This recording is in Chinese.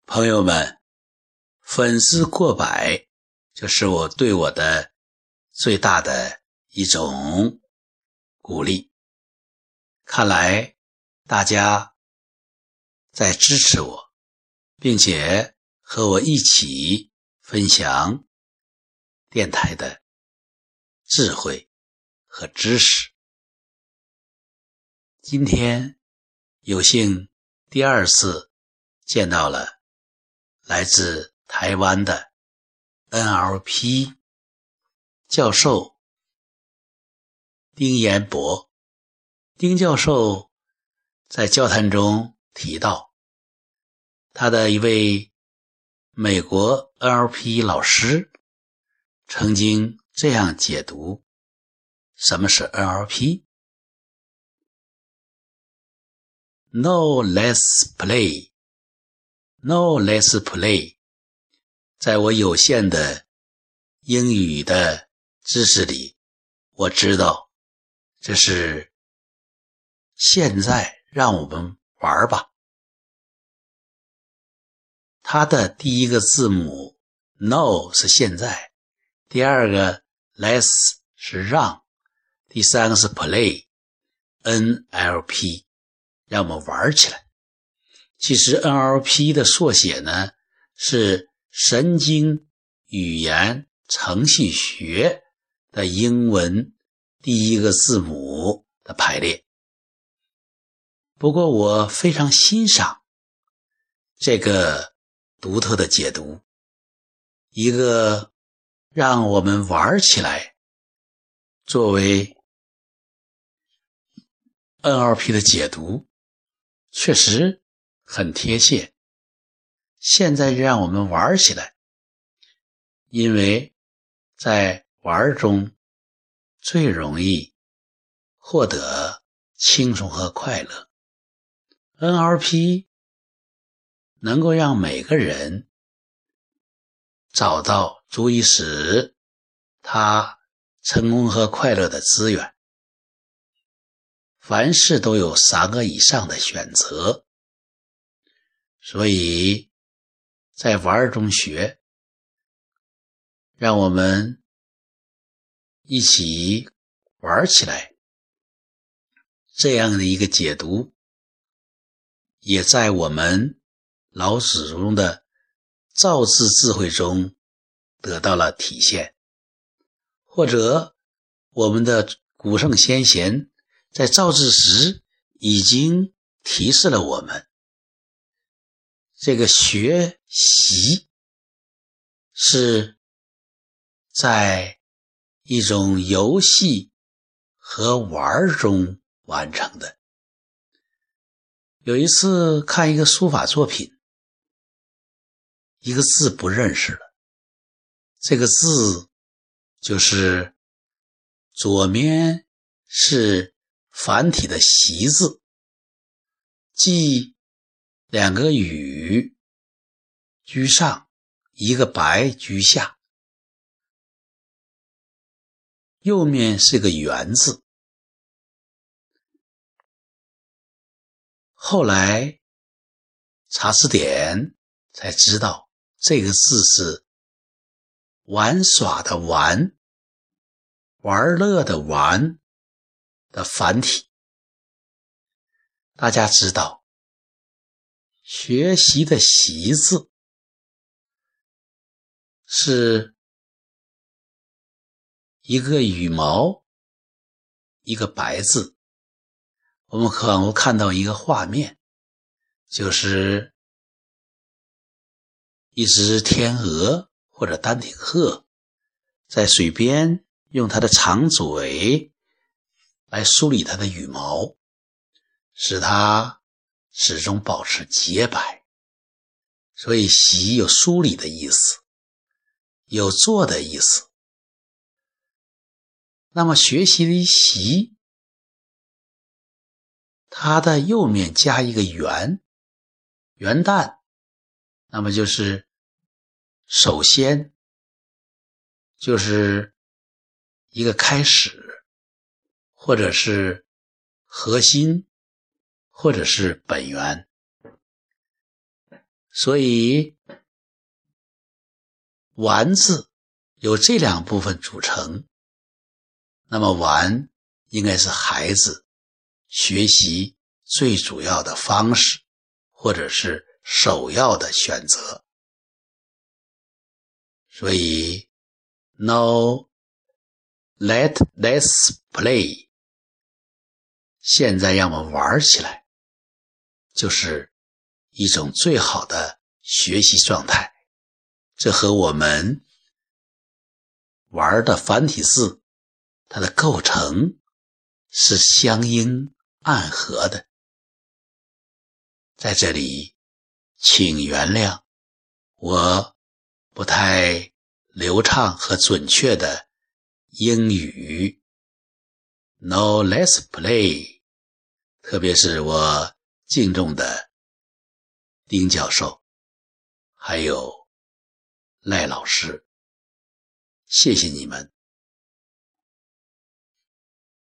朋友们，粉丝过百，就是我对我的最大的一种鼓励。看来大家在支持我，并且和我一起分享电台的智慧和知识。今天有幸第二次见到了来自台湾的 NLP 教授丁彦博。丁教授在交谈中提到，他的一位美国 NLP 老师曾经这样解读什么是 NLP。 No less play， No less play， 在我有限的英语的知识里，我知道这是现在让我们玩吧。它的第一个字母 No 是现在，第二个 less 是让，第三个是 play NLP， 让我们玩起来。其实 NLP 的缩写呢是神经语言程序学的英文第一个字母的排列。不过我非常欣赏这个独特的解读，一个让我们玩起来作为 NLP 的解读确实很贴切。现在让我们玩起来，因为在玩中最容易获得轻松和快乐。NLP 能够让每个人找到足以使他成功和快乐的资源。凡事都有3个以上的选择，所以在玩中学，让我们一起玩起来。这样的一个解读也在我们老子中的造字智慧中得到了体现，或者我们的古圣先贤在造字时已经提示了我们，这个学习是在一种游戏和玩中完成的。有一次看一个书法作品，一个字不认识了，这个字就是左面是繁体的习字，即2个雨居上，一个白居下，右面是个圆字。后来查字典才知道，这个字是玩耍的玩，玩乐的玩的繁体。大家知道，学习的习字是一个羽毛，一个白字。我们可能会看到一个画面，就是一只天鹅或者丹顶鹤在水边用它的长嘴来梳理它的羽毛，使它始终保持洁白。所以习有梳理的意思，有做的意思。那么学习的习，它的右面加一个圆，元旦，那么就是首先就是一个开始，或者是核心，或者是本源。 所以玩字由这两部分组成，那么玩应该是孩子学习最主要的方式，或者是首要的选择。所以 Now let's play， 现在让我们玩起来，就是一种最好的学习状态。这和我们玩的繁体字它的构成是相应暗合的。在这里请原谅我不太流畅和准确的英语。 Now let's play， 特别是我敬重的丁教授还有赖老师，谢谢你们。